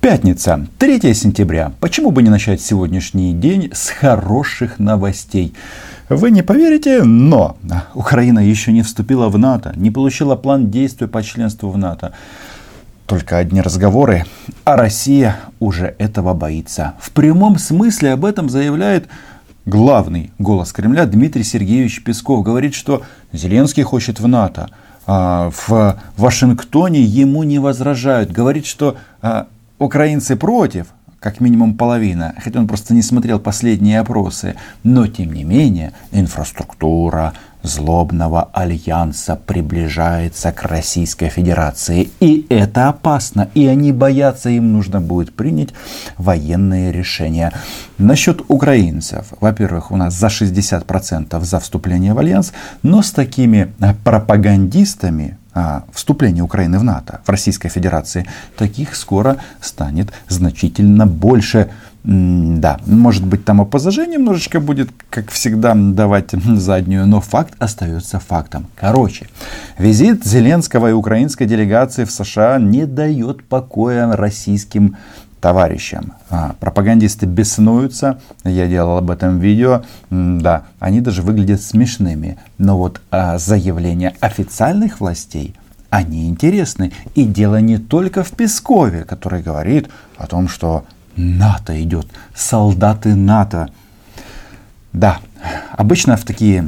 Пятница, 3 сентября. Почему бы не начать сегодняшний день с хороших новостей? Вы не поверите, но Украина еще не вступила в НАТО, не получила план действий по членству в НАТО. Только одни разговоры, а Россия уже этого боится. В прямом смысле об этом заявляет главный голос Кремля Дмитрий Сергеевич Песков. Говорит, что Зеленский хочет в НАТО, а в Вашингтоне ему не возражают. Говорит, что украинцы против, как минимум половина, хотя он просто не смотрел последние опросы, но тем не менее инфраструктура злобного альянса приближается к Российской Федерации. И это опасно, и они боятся, им нужно будет принять военные решения. Насчет украинцев, во-первых, у нас за 60% за вступление в альянс, но с такими пропагандистами вступление Украины в НАТО, в Российской Федерации, таких скоро станет значительно больше. Да, может быть, там ОПЗЖ немножечко будет, как всегда, давать заднюю, но факт остается фактом. Короче, визит Зеленского и украинской делегации в США не дает покоя российским товарищам. Пропагандисты беснуются, я делал об этом видео, да, они даже выглядят смешными, но вот заявления официальных властей, они интересны. И дело не только в Пескове, который говорит о том, что НАТО идет, солдаты НАТО. Да, обычно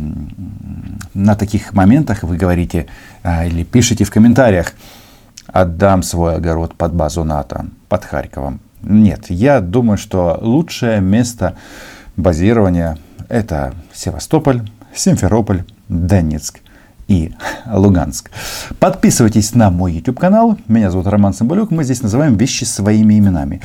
на таких моментах вы говорите или пишите в комментариях: отдам свой огород под базу НАТО, под Харьковом. Нет, я думаю, что лучшее место базирования — это Севастополь, Симферополь, Донецк и Луганск. Подписывайтесь на мой YouTube канал. Меня зовут Роман Цымбалюк. Мы здесь называем вещи своими именами.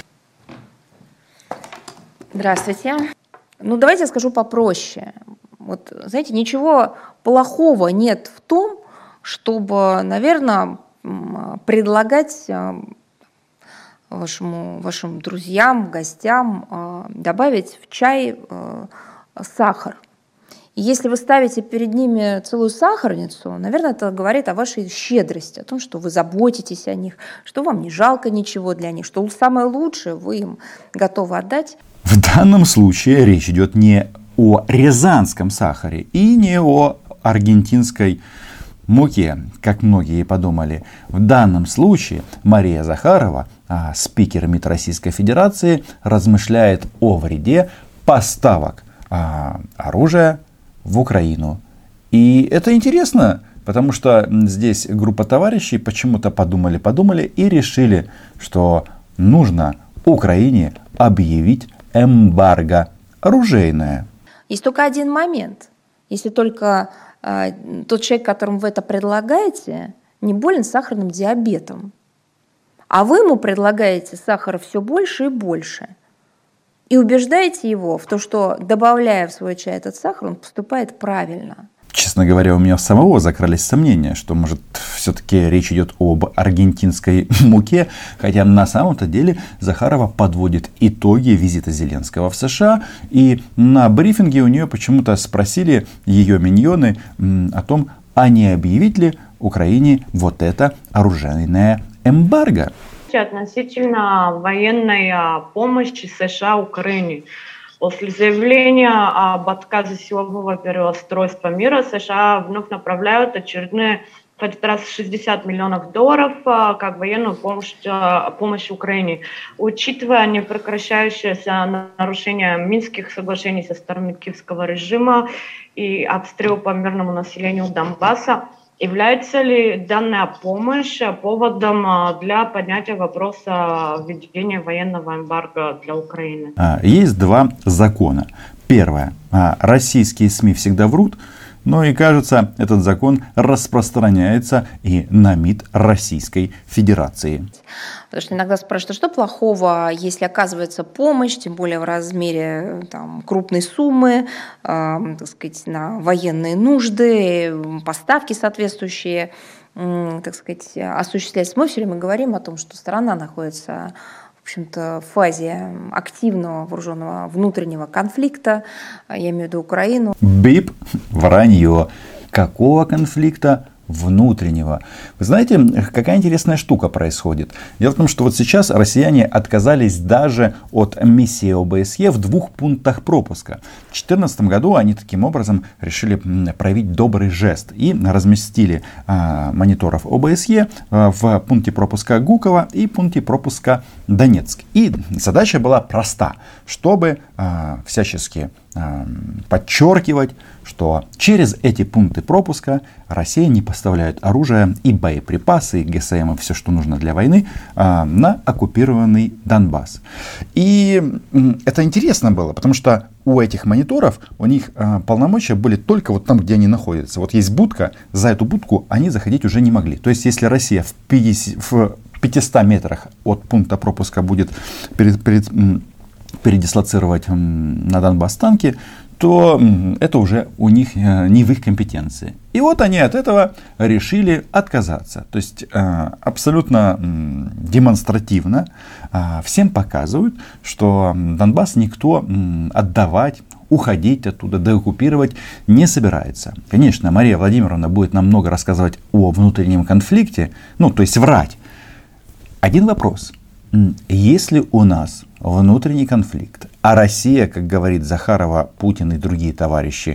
Здравствуйте. Давайте я скажу попроще. Вот, знаете, ничего плохого нет в том, чтобы, наверное, предлагать вашим друзьям, гостям добавить в чай сахар. И если вы ставите перед ними целую сахарницу, наверное, это говорит о вашей щедрости, о том, что вы заботитесь о них, что вам не жалко ничего для них, что самое лучшее вы им готовы отдать. В данном случае речь идет не о рязанском сахаре и не о аргентинской муке, как многие подумали. В данном случае Мария Захарова, спикер МИД Российской Федерации, размышляет о вреде поставок оружия в Украину. И это интересно, потому что здесь группа товарищей почему-то подумали и решили, что нужно Украине объявить эмбарго оружейное. Есть только один момент. Если только тот человек, которому вы это предлагаете, не болен сахарным диабетом, а вы ему предлагаете сахара все больше и больше, и убеждаете его в том, что, добавляя в свой чай этот сахар, он поступает правильно. Честно говоря, у меня самого закрались сомнения, что, может, все-таки речь идет об аргентинской муке, хотя на самом-то деле Захарова подводит итоги визита Зеленского в США, и на брифинге у нее почему-то спросили ее миньоны о том, а не объявить ли Украине вот это оружейное эмбарго. Относительно военной помощи США Украине. После заявления об отказе силового переустройства мира США вновь направляют очередные, в этот раз, $60 миллионов как военную помощь Украине. Учитывая непрекращающееся нарушение Минских соглашений со стороны киевского режима и обстрел по мирному населению Донбасса, является ли данная помощь поводом для поднятия вопроса введения военного эмбарго для Украины? Есть два закона. Первое. Российские СМИ всегда врут. Но и кажется, этот закон распространяется и на МИД Российской Федерации. Потому что иногда спрашивают, что плохого, если оказывается помощь, тем более в размере крупной суммы, так сказать, на военные нужды, поставки соответствующие, так сказать, осуществляются. Мы все время говорим о том, что страна находится, в общем-то, в фазе активного вооруженного внутреннего конфликта, я имею в виду Украину. Бип, вранье. Какого конфликта? внутреннего. Вы знаете, какая интересная штука происходит? Дело в том, что вот сейчас россияне отказались даже от миссии ОБСЕ в 2 пунктах пропуска. В 2014 году они таким образом решили проявить добрый жест и разместили мониторов ОБСЕ в пункте пропуска Гуково и пункте пропуска Донецк. И задача была проста, чтобы всячески подчеркивать, что через эти пункты пропуска Россия не поставляет оружие и боеприпасы, и ГСМ, и все, что нужно для войны, на оккупированный Донбасс. И это интересно было, потому что у этих мониторов, у них полномочия были только вот там, где они находятся. Вот есть будка, за эту будку они заходить уже не могли. То есть, если Россия в 500 метрах от пункта пропуска будет передислоцировать на Донбасс танки, то это уже у них не в их компетенции. И вот они от этого решили отказаться. То есть абсолютно демонстративно всем показывают, что Донбасс никто отдавать, уходить оттуда, деоккупировать не собирается. Конечно, Мария Владимировна будет нам много рассказывать о внутреннем конфликте, то есть врать. Один вопрос. Если у нас внутренний конфликт, а Россия, как говорит Захарова, Путин и другие товарищи,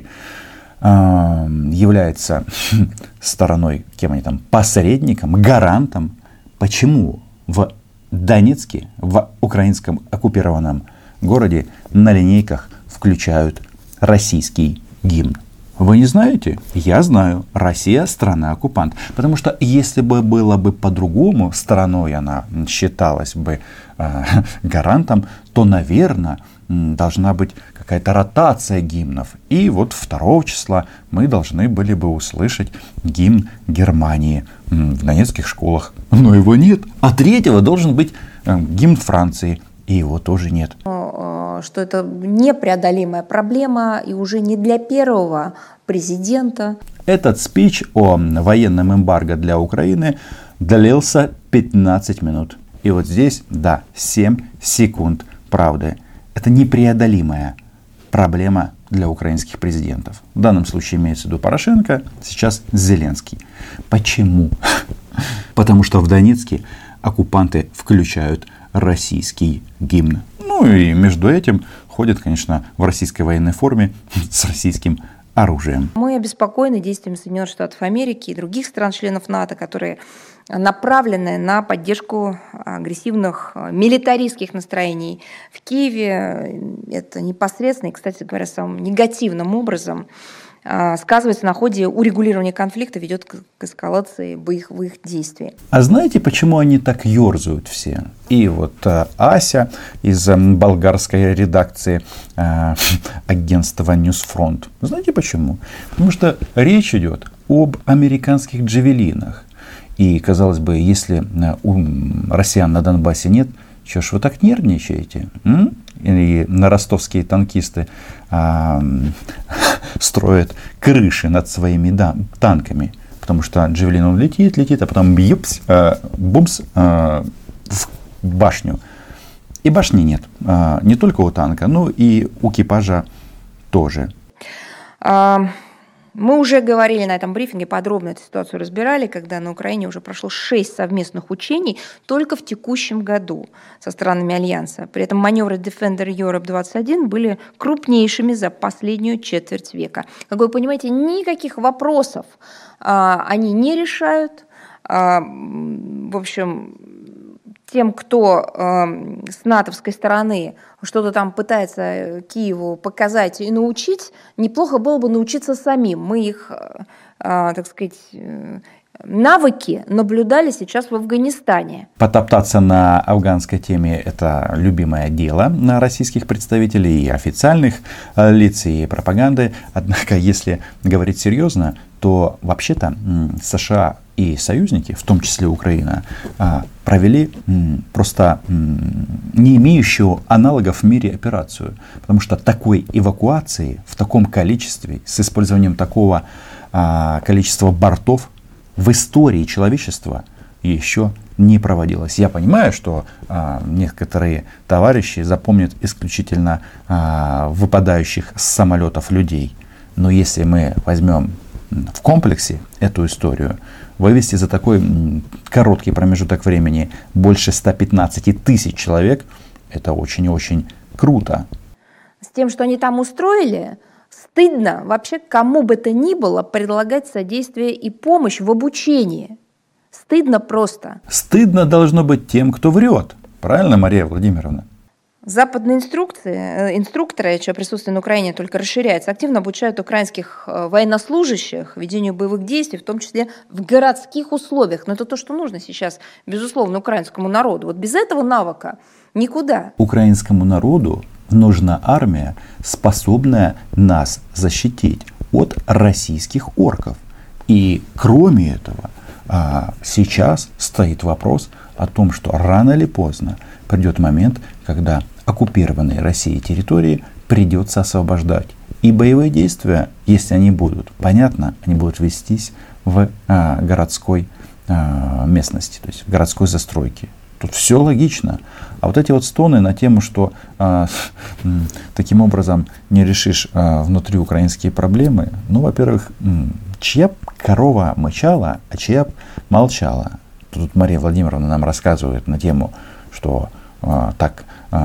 является стороной, кем они там, посредником, гарантом, почему в Донецке, в украинском оккупированном городе на линейках включают российский гимн? Вы не знаете? Я знаю. Россия страна-оккупант. Потому что если бы было бы по-другому, стороной она считалась бы гарантом, то, наверное, должна быть какая-то ротация гимнов. И вот 2 числа мы должны были бы услышать гимн Германии в донецких школах. Но его нет. А 3-го должен быть гимн Франции. И его тоже нет. Что это непреодолимая проблема и уже не для первого президента. Этот спич о военном эмбарго для Украины длился 15 минут. И вот здесь, 7 секунд правды. Это непреодолимая проблема для украинских президентов. В данном случае имеется в виду Порошенко, сейчас Зеленский. Почему? Потому что в Донецке оккупанты включают российский гимн. И между этим ходят, конечно, в российской военной форме с российским оружием. Мы обеспокоены действиями Соединенных Штатов Америки и других стран-членов НАТО, которые направлены на поддержку агрессивных милитаристских настроений в Киеве. Это непосредственно и, кстати говоря, самым негативным образом сказывается на ходе урегулирования конфликта, ведет к эскалации боевых действий. А знаете, почему они так ерзают все? И вот Ася из болгарской редакции агентства Ньюсфронт. Знаете почему? Потому что речь идет об американских джавелинах. И, казалось бы, если у россиян на Донбассе нет, что ж вы так нервничаете? И на ростовские танкисты строят крыши над своими танками. Потому что джавелин он летит, а потом бьюпс, бумс в башню. И башни нет. Не только у танка, но и у экипажа тоже. Мы уже говорили на этом брифинге, подробно эту ситуацию разбирали, когда на Украине уже прошло 6 совместных учений только в текущем году со странами Альянса. При этом маневры Defender Europe 21 были крупнейшими за последнюю четверть века. Как вы понимаете, никаких вопросов они не решают. В общем, тем, кто с натовской стороны что-то там пытается Киеву показать и научить, неплохо было бы научиться самим. Мы их, так сказать, навыки наблюдали сейчас в Афганистане. Потоптаться на афганской теме – это любимое дело российских представителей и официальных лиц, и пропаганды. Однако, если говорить серьезно, то вообще-то США и союзники, в том числе Украина, провели просто не имеющую аналогов в мире операцию. Потому что такой эвакуации в таком количестве, с использованием такого количества бортов в истории человечества еще не проводилось. Я понимаю, что некоторые товарищи запомнят исключительно выпадающих с самолетов людей. Но если мы возьмем в комплексе эту историю вывести за такой короткий промежуток времени больше 115 тысяч человек, это очень и очень круто. С тем, что они там устроили, стыдно вообще кому бы то ни было предлагать содействие и помощь в обучении. Стыдно просто. Стыдно должно быть тем, кто врет. Правильно, Мария Владимировна? Западные инструкторы, чье присутствие на Украине только расширяется, активно обучают украинских военнослужащих ведению боевых действий, в том числе в городских условиях. Но это то, что нужно сейчас, безусловно, украинскому народу. Вот без этого навыка никуда. Украинскому народу нужна армия, способная нас защитить от российских орков. И кроме этого, сейчас стоит вопрос о том, что рано или поздно придет момент, когда оккупированные Россией территории придется освобождать. И боевые действия, если они будут, понятно, они будут вестись в городской местности, то есть в городской застройке. Тут все логично. А вот эти вот стоны на тему, что таким образом не решишь внутриукраинские проблемы, ну, во-первых, чья корова мычала, а чья молчала. Тут Мария Владимировна нам рассказывает на тему, что так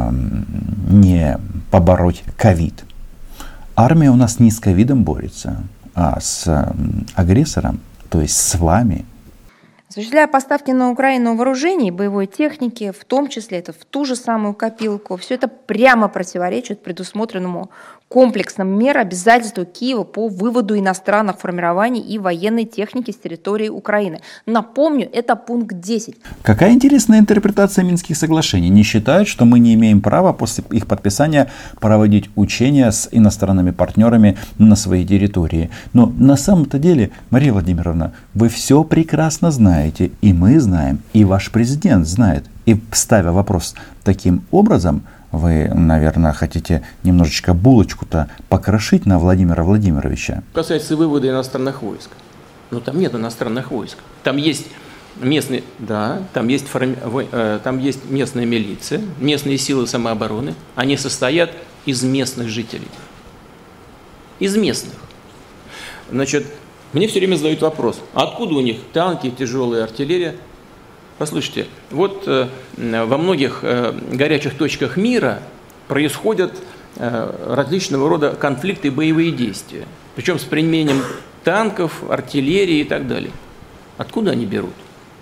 не побороть ковид. Армия у нас не с ковидом борется, а с агрессором, то есть с вами. Осуществляя поставки на Украину вооружений, боевой техники, в том числе это в ту же самую копилку, все это прямо противоречит предусмотренному комплексным мер обязательству Киева по выводу иностранных формирований и военной техники с территории Украины. Напомню, это пункт 10. Какая интересная интерпретация Минских соглашений. Не считают, что мы не имеем права после их подписания проводить учения с иностранными партнерами на своей территории. Но на самом-то деле, Мария Владимировна, вы все прекрасно знаете, и мы знаем, и ваш президент знает. И ставя вопрос таким образом, вы, наверное, хотите немножечко булочку-то покрошить на Владимира Владимировича. Касается вывода иностранных войск. Но там нет иностранных войск. Там есть местные, да, там есть местная милиция, местные силы самообороны. Они состоят из местных жителей. Из местных. Значит, мне все время задают вопрос, откуда у них танки, тяжелая артиллерия? Послушайте, вот во многих горячих точках мира происходят различного рода конфликты и боевые действия. Причем с применением танков, артиллерии и так далее. Откуда они берут?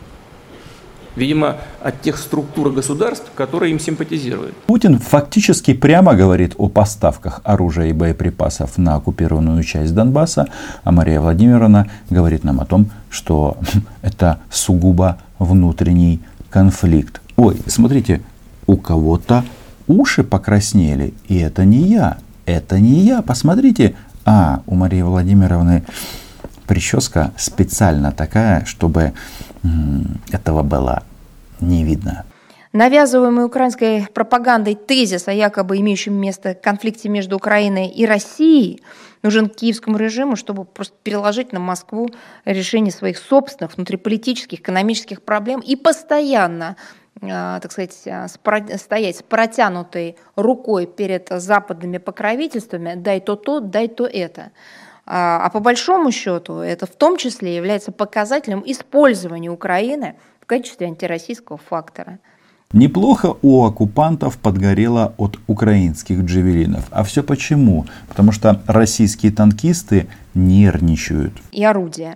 Видимо, от тех структур государств, которые им симпатизируют. Путин фактически прямо говорит о поставках оружия и боеприпасов на оккупированную часть Донбасса, а Мария Владимировна говорит нам о том, что это сугубо внутренний конфликт. Ой, смотрите, у кого-то уши покраснели, и это не я. Это не я, посмотрите. У Марии Владимировны прическа специально такая, чтобы этого было не видно. Навязываемый украинской пропагандой тезис о якобы имеющем место конфликте между Украиной и Россией нужен киевскому режиму, чтобы просто переложить на Москву решение своих собственных внутриполитических, экономических проблем и постоянно, так сказать, стоять с протянутой рукой перед западными покровительствами, дай то, дай то это. А по большому счету это в том числе является показателем использования Украины в качестве антироссийского фактора. Неплохо у оккупантов подгорело от украинских джавелинов. А все почему? Потому что российские танкисты нервничают. И орудия.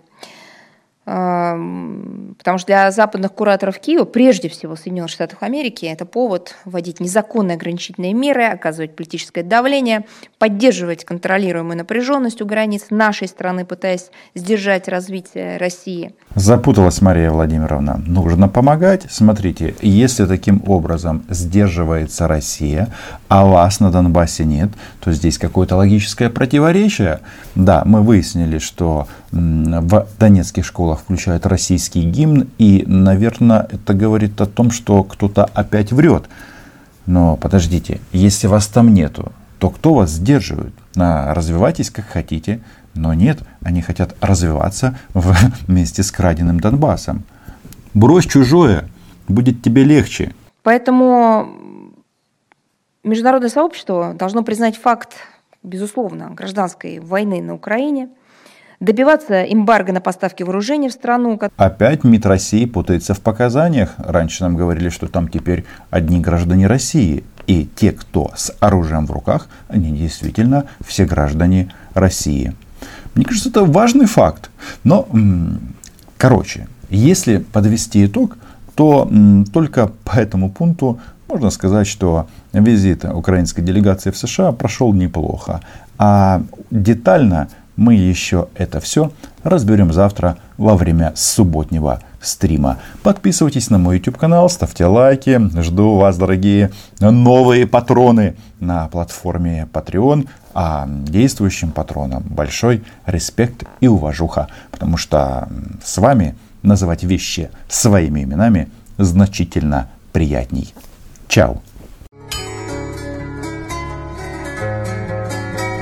Потому что для западных кураторов Киева, прежде всего Соединенных Штатов Америки, это повод вводить незаконные ограничительные меры, оказывать политическое давление, поддерживать контролируемую напряженность у границ нашей страны, пытаясь сдержать развитие России. Запуталась Мария Владимировна. Нужно помогать. Смотрите, если таким образом сдерживается Россия, а вас на Донбассе нет, то здесь какое-то логическое противоречие. Да, мы выяснили, что в донецких школах включают российский гимн, и, наверное, это говорит о том, что кто-то опять врет. Но подождите, если вас там нету, то кто вас сдерживает? Развивайтесь как хотите. Но нет, они хотят развиваться вместе с краденым Донбассом. Брось чужое, будет тебе легче. Поэтому международное сообщество должно признать факт, безусловно, гражданской войны на Украине, добиваться эмбарго на поставки вооружений в страну. Опять МИД России путается в показаниях. Раньше нам говорили, что там теперь одни граждане России. И те, кто с оружием в руках, они действительно все граждане России. Мне кажется, это важный факт. Но, короче, если подвести итог, то только по этому пункту можно сказать, что визит украинской делегации в США прошел неплохо. А детально мы еще это все разберем завтра во время субботнего стрима. Подписывайтесь на мой YouTube канал, ставьте лайки. Жду вас, дорогие новые патроны на платформе Patreon. А действующим патронам большой респект и уважуха. Потому что с вами называть вещи своими именами значительно приятней. Чао.